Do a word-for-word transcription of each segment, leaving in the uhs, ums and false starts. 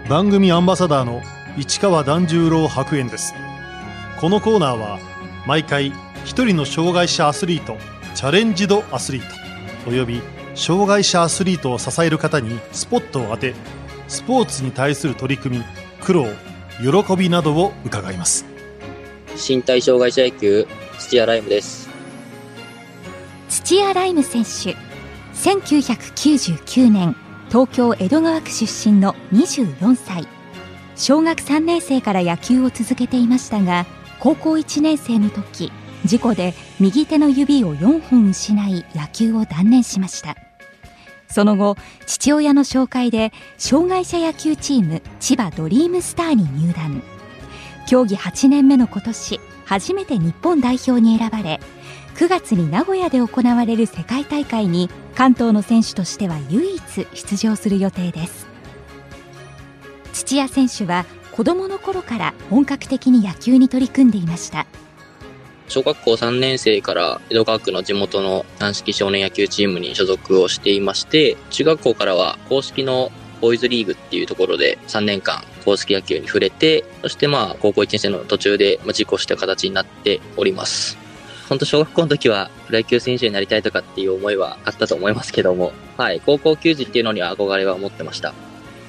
番組アンバサダーの市川團十郎白猿です。このコーナーは毎回一人の障害者アスリート、チャレンジドアスリートおよび障害者アスリートを支える方にスポットを当て、スポーツに対する取り組み、苦労、喜びなどを伺います。 身体障害者野球、土屋ライムです。 土屋ライム選手、せんきゅうひゃくきゅうじゅうきゅうねん東京江戸川区出身のにじゅうよんさい。小学さんねん生から野球を続けていましたが、高校いちねん生の時、事故で右手の指をよんほん失い野球を断念しました。その後、父親の紹介で障害者野球チーム千葉ドリームスターに入団。競技はちねんめの今年、初めて日本代表に選ばれ、くがつに名古屋で行われる世界大会に関東の選手としては唯一出場する予定です。土屋選手は子どもの頃から本格的に野球に取り組んでいました。 小学校さんねん生から江戸川区の地元の軟式少年野球チームに所属をしていまして、中学校からは公式のボーイズリーグっていうところでさんねんかん公式野球に触れて、そしてまあ高校いちねん生の途中で辞行した形になっております。本当小学校の時はプロ野球選手になりたいとかっていう思いはあったと思いますけども、はい、高校球児っていうのには憧れは持ってました。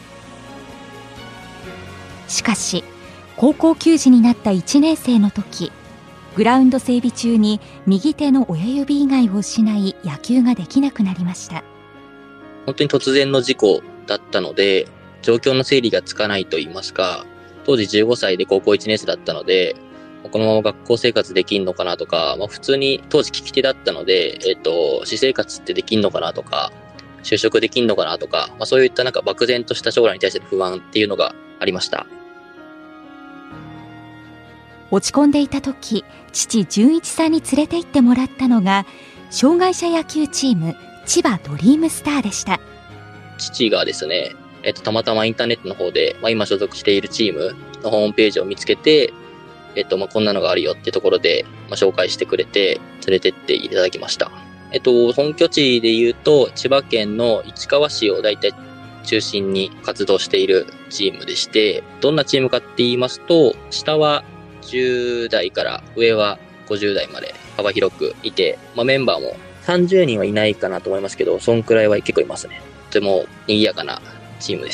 しかし、高校球児になったいちねん生の時、グラウンド整備中に右手の親指以外を失い野球ができなくなりました。 本当に突然の事故だったので、状況の整理がつかないと言いますか、当時じゅうごさいで高校いちねん生だったので、このまま学校生活できんのかなとか、まあ、普通に当時利き手だったので、えっと、私生活ってできんのかなとか、就職できんのかなとか、まあ、そういったなんか漠然とした将来に対しての不安っていうのがありました。 落ち込んでいた時、父純一さんに連れて行ってもらったのが障害者野球チーム千葉ドリームスターでした。 父がですね、えっと、たまたまインターネットの方で、まあ、今所属しているチームのホームページを見つけて、えっと、まあ、こんなのがあるよってところで、まあ、紹介してくれて、連れてっていただきました。えっと、本拠地で言うと、千葉県の市川市を大体中心に活動しているチームでして、どんなチームかって言いますと、下はじゅうだいから上はごじゅうだいまで幅広くいて、まあ、メンバーもさんじゅうにんはいないかなと思いますけど、そんくらいは結構いますね。とても賑やかなチームです。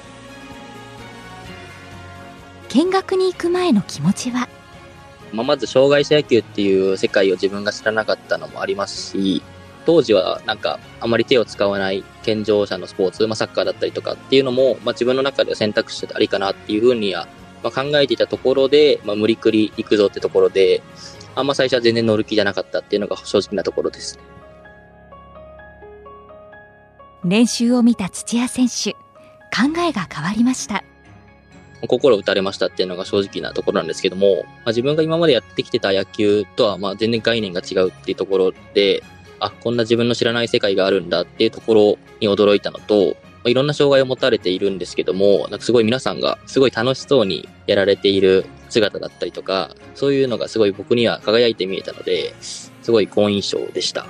見学に行く前の気持ちは、 まあ、まず障害者野球っていう世界を自分が知らなかったのもありますし、当時はなんかあまり手を使わない健常者のスポーツ、まあ、サッカーだったりとかっていうのも、まあ、自分の中では選択肢でありかなっていうふうには、まあ、考えていたところで、まあ、無理くり行くぞってところで、あんま最初は全然乗る気じゃなかったっていうのが正直なところです。 練習を見た土屋選手、考えが変わりました。 心打たれましたっていうのが正直なところなんですけども、まあ、自分が今までやってきてた野球とはまあ全然概念が違うっていうところで、あ、こんな自分の知らない世界があるんだっていうところに驚いたのと、まあ、いろんな障害を持たれているんですけども、なんかすごい皆さんがすごい楽しそうにやられている姿だったりとか、そういうのがすごい僕には輝いて見えたので、すごい好印象でした。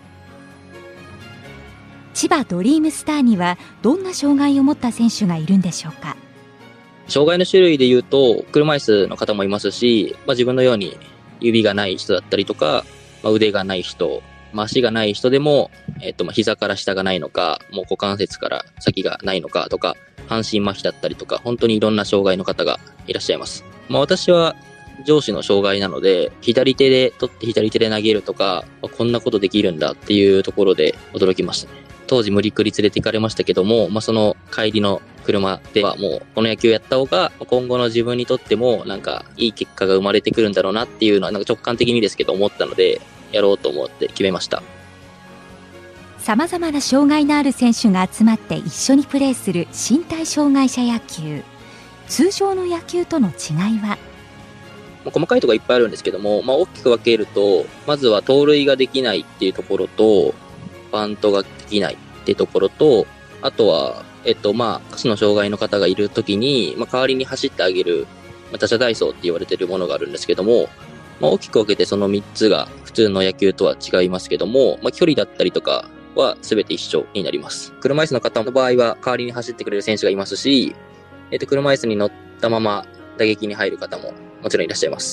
千葉ドリームスターにはどんな障害を持った選手がいるんでしょうか。 障害の種類で言うと、車椅子の方もいますし、まあ、自分のように指がない人だったりとか、まあ、腕がない人、まあ、足がない人でも、えっと、まあ、膝から下がないのか、もう股関節から先がないのかとか、半身麻痺だったりとか、本当にいろんな障害の方がいらっしゃいます。まあ、私は上肢の障害なので、左手で取って左手で投げるとか、まあ、こんなことできるんだっていうところで驚きましたね。当時無理くり連れて行かれましたけども、まあ、その帰りの車ではもうこの野球をやった方が今後の自分にとってもなんかいい結果が生まれてくるんだろうなっていうのはなんか直感的にですけど思ったので、やろうと思って決めました。 さまざまな障害のある選手が集まって一緒にプレーする身体障害者野球。通常の野球との違いは、 細かいところがいっぱいあるんですけども、まあ、大きく分けると、まずは盗塁ができないっていうところと、バントができないっていうところと、あとは、えっと、まあ、下肢の障害の方がいるときに、まあ、代わりに走ってあげる、まあ、他者代走って言われているものがあるんですけども、まあ、大きく分けてそのみっつが普通の野球とは違いますけども、まあ、距離だったりとかは全て一緒になります。車椅子の方の場合は代わりに走ってくれる選手がいますし、 えっと、車椅子に乗ったまま打撃に入る方ももちろんいらっしゃいます。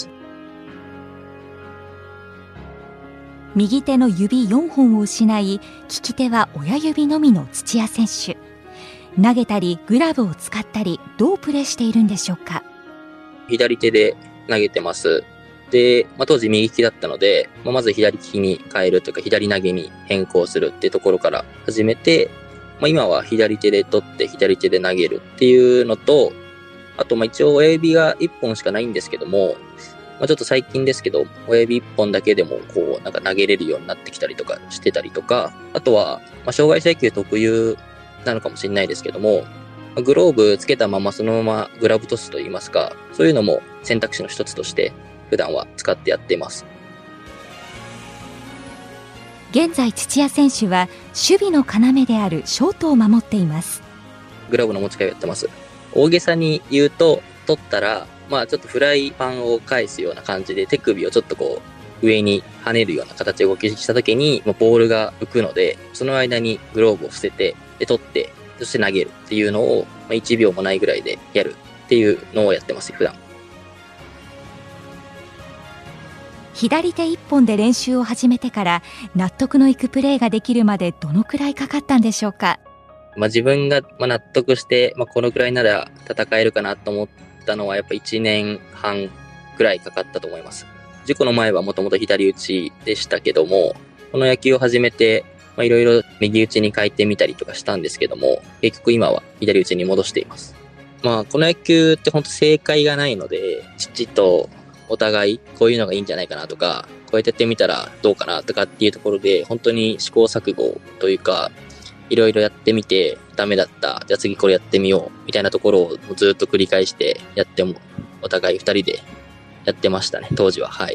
右手の指よんほんを失い、利き手は親指のみの土屋選手。投げたりグラブを使ったり、どうプレーしているんでしょうか。 左手で投げてます。で、まあ、当時右利きだったので、まあ、まず左利きに変えるというか、左投げに変更するっていうところから始めて、まあ、今は左手で取って左手で投げるっていうのと、あとまあ一応親指がいっぽんしかないんですけども、まあ、ちょっと最近ですけど、親指いっぽんだけでもこうなんか投げれるようになってきたりとかしてたりとか、あとはまあ障害者野球特有なのかもしれないですけども、グローブつけたままそのままグラブトスといいますか、そういうのも選択肢の一つとして普段は使ってやっています。 現在土屋選手は守備の要であるショートを守っています。 グラブの持ち替えをやってます。大げさに言うと、取ったらまあちょっとフライパンを返すような感じで手首をちょっとこう上に跳ねるような形で動きした時にボールが浮くので、その間にグローブを伏せてで取ってそして投げるっていうのをいちびょうもないぐらいでやるっていうのをやってます普段。 左手一本で練習を始めてから納得のいくプレーができるまでどのくらいかかったんでしょうか。 まあ、自分が納得して、まあ、このくらいなら戦えるかなと思ったのはやっぱいちねんはんくらいかかったと思います。事故の前はもともと左打ちでしたけども、この野球を始めていろいろ右打ちに変えてみたりとかしたんですけども、結局今は左打ちに戻しています。まあこの野球って本当正解がないので、父とお互いこういうのがいいんじゃないかなとか、こうやってやってみたらどうかなとかっていうところで本当に試行錯誤というか、いろいろやってみてダメだった、じゃあ次これやってみようみたいなところをずっと繰り返してやっても、お互い二人でやってましたね当時は。はい。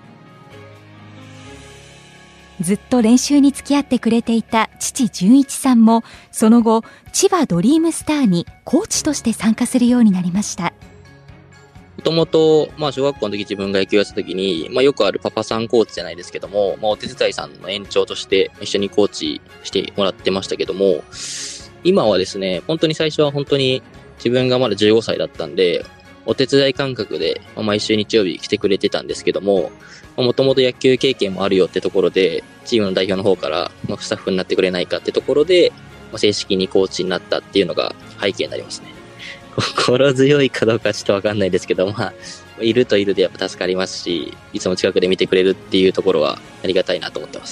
ずっと練習に付き合ってくれていた父純一さんもその後千葉ドリームスターにコーチとして参加するようになりました。 もともと、まあ、小学校の時自分が野球やってた時に、まあ、よくあるパパさんコーチじゃないですけども、まあ、お手伝いさんの延長として一緒にコーチしてもらってましたけども、今はですね、本当に最初は本当に自分がまだじゅうごさいだったんで、お手伝い感覚で毎週日曜日来てくれてたんですけども、もともと野球経験もあるよってところで、チームの代表の方から、まあ、スタッフになってくれないかってところで、まあ、正式にコーチになったっていうのが背景になりますね。心強いかどうかちょっとわかんないですけど、まあ、いるといるでやっぱ助かりますし、いつも近くで見てくれるっていうところはありがたいなと思ってます。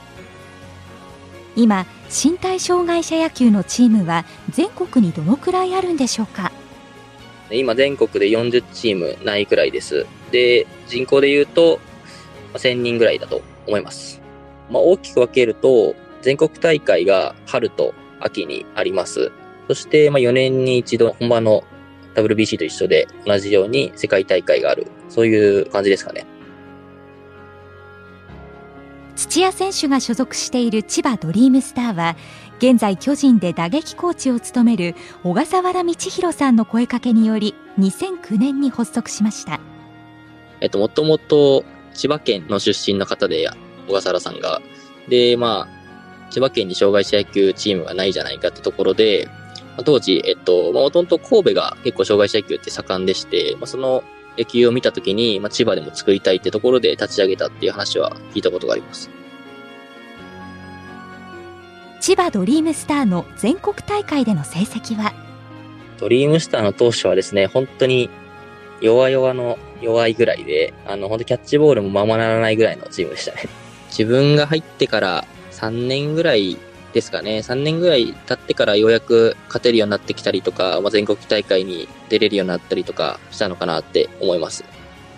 今、身体障害者野球のチームは全国にどのくらいあるんでしょうか。 今全国でよんじゅうチームないくらいです。で、人口で言うとせんにんぐらいだと思います。まあ、大きく分けると、全国大会が春と秋にあります。そして、まあ、よねんに一度本場の ダブリュービーシー と一緒で同じように世界大会がある。そういう感じですかね。 土屋選手が所属している千葉ドリームスターは、現在巨人で打撃コーチを務める小笠原道弘さんの声かけにより、にせんきゅうねんに発足しました。 えっと、もともと千葉県の出身の方で、小笠原さんが。で、まあ、千葉県に障害者野球チームがないじゃないかってところで、当時、えっと、もともと神戸が結構障害者野球って盛んでして、まあ、その野球を見たときに、まあ、千葉でも作りたいってところで立ち上げたっていう話は聞いたことがあります。 千葉ドリームスターの全国大会での成績は？ ドリームスターの当初はですね、本当に弱々の弱いぐらいで、あの、本当キャッチボールもままならないぐらいのチームでしたね。自分が入ってからさんねんぐらいですかね。さんねんぐらい経ってからようやく勝てるようになってきたりとか、まあ、全国大会に出れるようになったりとかしたのかなって思います。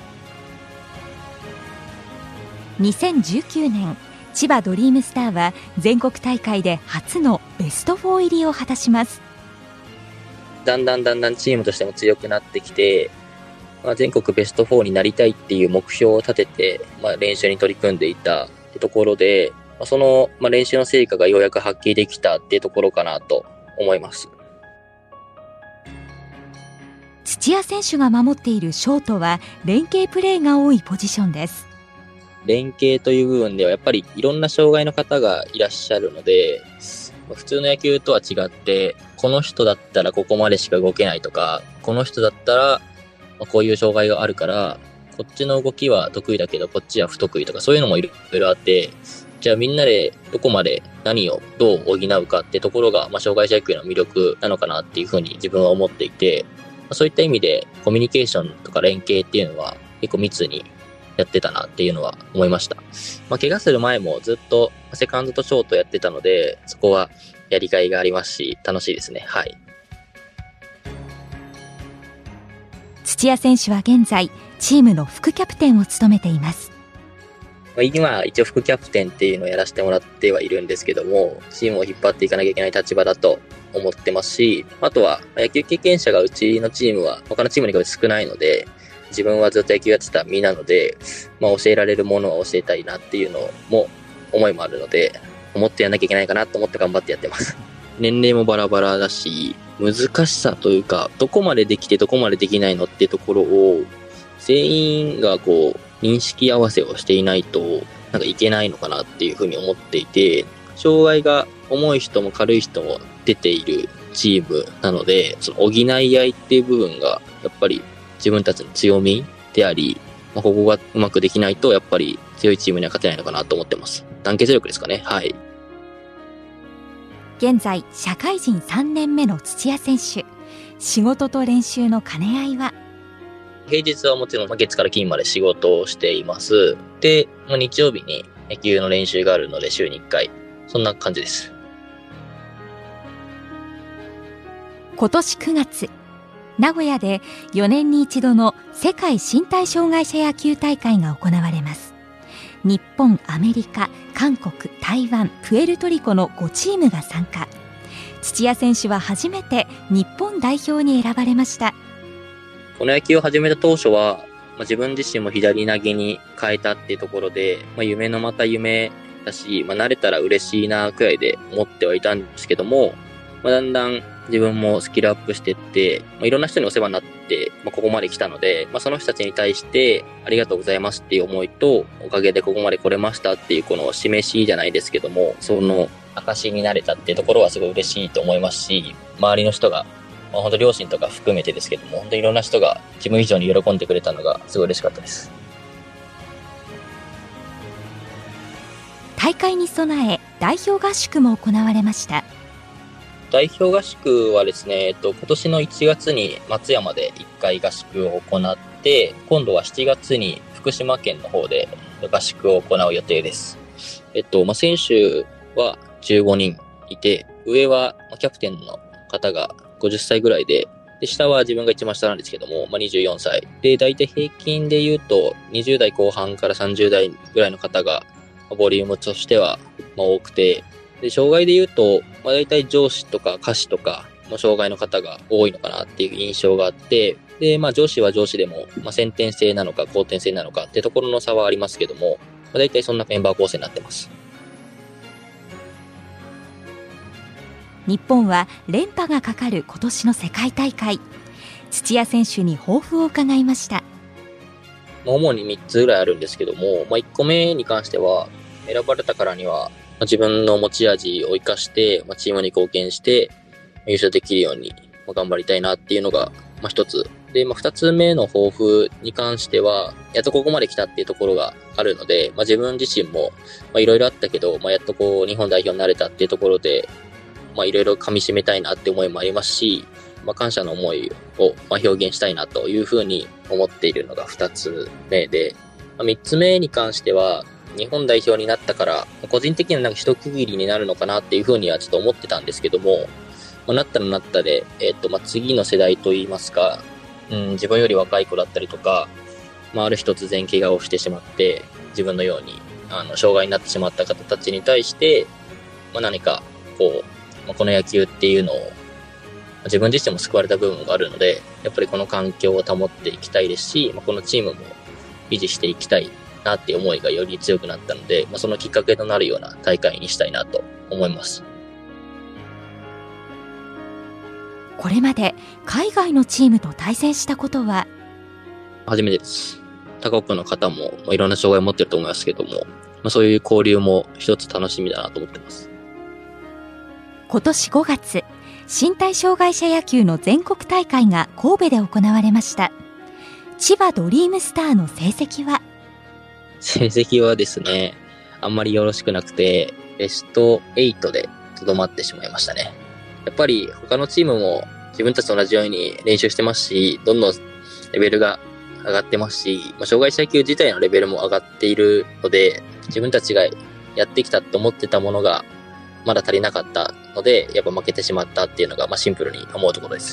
にせんじゅうきゅうねん、千葉ドリームスターは全国大会で初のベストよん入りを果たします。 だんだんだんだんチームとしても強くなってきて、まあ、全国ベストよんになりたいっていう目標を立てて、まあ、練習に取り組んでいたってところで、その、まあ、練習の成果がようやく発揮できたっていうところかなと思います。 土屋選手が守っているショートは連携プレーが多いポジションです。 連携という部分ではやっぱりいろんな障害の方がいらっしゃるので、普通の野球とは違ってこの人だったらここまでしか動けないとか、この人だったらまあこういう障害があるから、こっちの動きは得意だけどこっちは不得意とか、そういうのもいろいろあって、じゃあみんなでどこまで何をどう補うかってところが、まあ、障害者野球の魅力なのかなっていうふうに自分は思っていて、まあ、そういった意味でコミュニケーションとか連携っていうのは結構密にやってたなっていうのは思いました。まあ、怪我する前もずっとセカンドとショートやってたので、そこはやりがいがありますし、楽しいですね。はい。 土屋選手は現在チームの副キャプテンを務めています。 今一応副キャプテンっていうのをやらせてもらってはいるんですけども、チームを引っ張っていかなきゃいけない立場だと思ってますし、あとは野球経験者がうちのチームは他のチームに比べて少ないので、自分はずっと野球やってた身なので、まあ、教えられるものは教えたいなっていうのも思いもあるので、思ってやんなきゃいけないかなと思って頑張ってやってます。年齢もバラバラだし、難しさというか、どこまでできてどこまでできないのっていうところを全員がこう認識合わせをしていないとなんかいけないのかなっていうふうに思っていて、障害が重い人も軽い人も出ているチームなので、その補い合いっていう部分がやっぱり自分たちの強みであり、まあ、ここがうまくできないとやっぱり強いチームには勝てないのかなと思ってます。団結力ですかね。はい。 現在社会人さんねんめの土屋選手、仕事と練習の兼ね合いは？ 平日はもちろん月から金まで仕事をしています。で、日曜日に野球の練習があるので週にいっかい。そんな感じです。 今年くがつ、名古屋でよねんに一度の世界身体障害者野球大会が行われます。日本、アメリカ、韓国、台湾、プエルトリコのごチームが参加。土屋選手は初めて日本代表に選ばれました。 この野球を始めた当初は、まあ、自分自身も左投げに変えたっていうところで、まあ、夢のまた夢だし、まあ、慣れたら嬉しいなくらいで思ってはいたんですけども、まあ、だんだん自分もスキルアップしていって、まあ、いろんな人にお世話になって、まあ、ここまで来たので、まあ、その人たちに対してありがとうございますっていう思いと、おかげでここまで来れましたっていうこの示しじゃないですけども、その証になれたっていうところはすごい嬉しいと思いますし、周りの人がまあ、本当両親とか含めてですけども、本当にいろんな人が自分以上に喜んでくれたのがすごい嬉しかったです。 大会に備え代表合宿も行われました。 代表合宿はですね、えっと、今年のいちがつに松山でいっかい合宿を行って、今度はしちがつに福島県の方で合宿を行う予定です。えっと、まあ、選手はじゅうごにんいて、上はキャプテンの方がごじゅっさいぐらいで、で、下は自分が一番下なんですけども、まあ、にじゅうよんさい。で、大体平均で言うと、にじゅう代後半からさんじゅう代ぐらいの方が、ボリュームとしては、まあ、多くて、で、障害で言うと、まあ、大体上司とか下司とかの障害の方が多いのかなっていう印象があって、で、まあ、上司は上司でも、まあ、先天性なのか後天性なのかってところの差はありますけども、まあ、大体そんなメンバー構成になってます。 日本は連覇がかかる今年の世界大会。土屋選手に抱負を伺いました。 主にみっつぐらいあるんですけども、まあ、いっこめに関しては、選ばれたからには、自分の持ち味を生かして、まあ、チームに貢献して、優勝できるように頑張りたいなっていうのが、まあ、一つ。で、まあ、二つ目の抱負に関しては、やっとここまで来たっていうところがあるので、まあ、自分自身も、まあ、いろいろあったけど、まあ、やっとこう、日本代表になれたっていうところで、まあ、いろいろ噛み締めたいなって思いもありますし、まあ、感謝の思いをまあ表現したいなというふうに思っているのが二つ目で、まあ、三つ目に関しては、日本代表になったから、個人的にはなんか一区切りになるのかなっていうふうにはちょっと思ってたんですけども、まあ、なったらなったで、えっと、まあ、次の世代といいますか、うん、自分より若い子だったりとか、まあ、ある日突然怪我をしてしまって、自分のように、あの、障害になってしまった方たちに対して、まあ、何か、こう、まあ、この野球っていうのを、自分自身も救われた部分があるので、やっぱりこの環境を保っていきたいですし、まあ、このチームも維持していきたいなっていう思いがより強くなったので、まあ、そのきっかけとなるような大会にしたいなと思います。 これまで海外のチームと対戦したことは？ 初めてです。他国の方も、まあ、いろんな障害を持ってると思いますけども、まあ、そういう交流も一つ楽しみだなと思ってます。 今年ごがつ、 身体障害者野球の全国大会が神戸で行われました。千葉ドリームスターの成績は？ 成績はですね、あんまりよろしくなくて、ベストはちでとどまってしまいましたね。やっぱり他のチームも自分たちと同じように練習してますし、どんどんレベルが上がってますし、まあ、障害者野球自体のレベルも上がっているので、自分たちがやってきたと思ってたものがまだ足りなかったので、やっぱ負けてしまったっていうのが、まあ、シンプルに思うところです。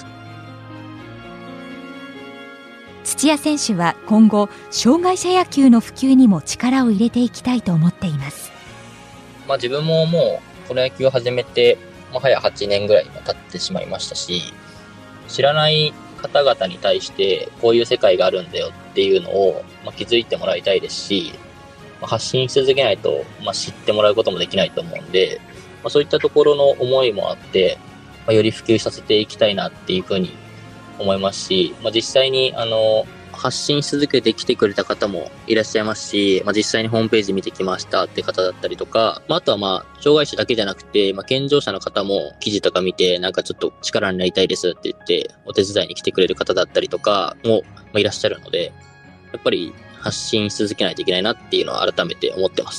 土屋選手は今後、障害者野球の普及にも力を入れていきたいと思っています。 まあ、自分ももうこの野球を始めて、もはやはちねんぐらい経ってしまいましたし、知らない方々に対してこういう世界があるんだよっていうのを、まあ、気づいてもらいたいですし、まあ、発信し続けないと、まあ、知ってもらうこともできないと思うんで、まあ、そういったところの思いもあって、まあ、より普及させていきたいなっていうふうに思いますし、まあ、実際にあの発信し続けてきてくれた方もいらっしゃいますし、まあ、実際にホームページ見てきましたって方だったりとか、まあ、あとはまあ障害者だけじゃなくて、まあ、健常者の方も記事とか見てなんかちょっと力になりたいですって言ってお手伝いに来てくれる方だったりとかも、まあ、いらっしゃるので、やっぱり発信し続けないといけないなっていうのは改めて思ってます。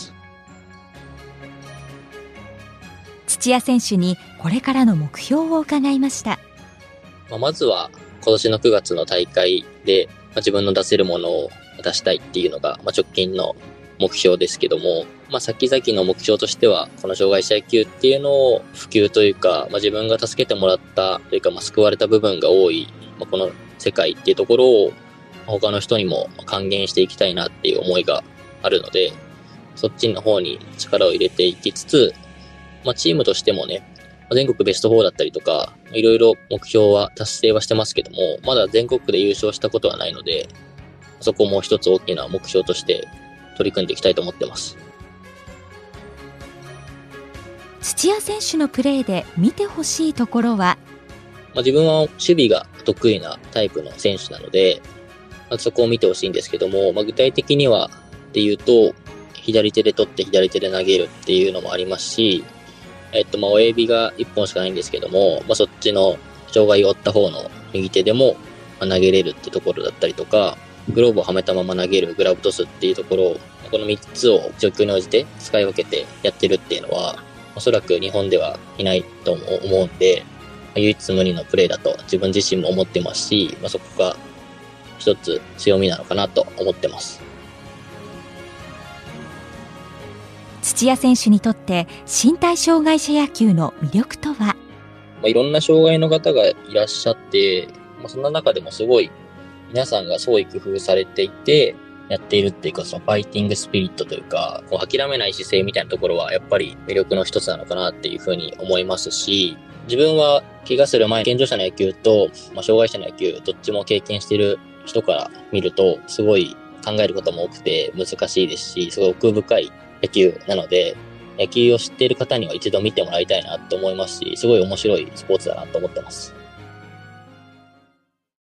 土屋選手にこれからの目標を伺いました。 まあ、まずは今年のくがつの大会で、まあ、自分の出せるものを出したいっていうのが、まあ、直近の目標ですけども、まあ、先々の目標としてはこの障害者野球っていうのを普及というか、まあ、自分が助けてもらったというか、まあ、救われた部分が多い、まあ、この世界っていうところを他の人にも還元していきたいなっていう思いがあるので、そっちの方に力を入れていきつつ、まあ、チームとしてもね、全国ベストよんだったりとか、いろいろ目標は達成はしてますけども、まだ全国で優勝したことはないので、そこも一つ大きな目標として取り組んでいきたいと思ってます。 土屋選手のプレーで見てほしいところは？ まあ、自分は守備が得意なタイプの選手なので、まあ、そこを見てほしいんですけども、まあ、具体的にはっていうと、左手で取って左手で投げるっていうのもありますし、えっと、まあ、親指がいっぽんしかないんですけども、まあ、そっちの障害を負った方の右手でも投げれるってところだったりとか、グローブをはめたまま投げるグラブトスっていうところを、このみっつを状況に応じて使い分けてやってるっていうのは、おそらく日本ではいないと思うんで、唯一無二のプレーだと自分自身も思ってますし、まあ、そこが一つ強みなのかなと思ってます。 土屋選手にとって身体障害者野球の魅力とは？ まあ、いろんな障害の方がいらっしゃって、まあ、そんな中でもすごい皆さんが創意工夫されていてやっているっていうか、そのファイティングスピリットというか、こう諦めない姿勢みたいなところはやっぱり魅力の一つなのかなっていうふうに思いますし、自分は怪我する前、健常者の野球と、まあ、障害者の野球どっちも経験している人から見るとすごい考えることも多くて難しいですし、すごい奥深い野球なので、野球を知っている方には一度見てもらいたいなと思いますし、すごい面白いスポーツだなと思ってます。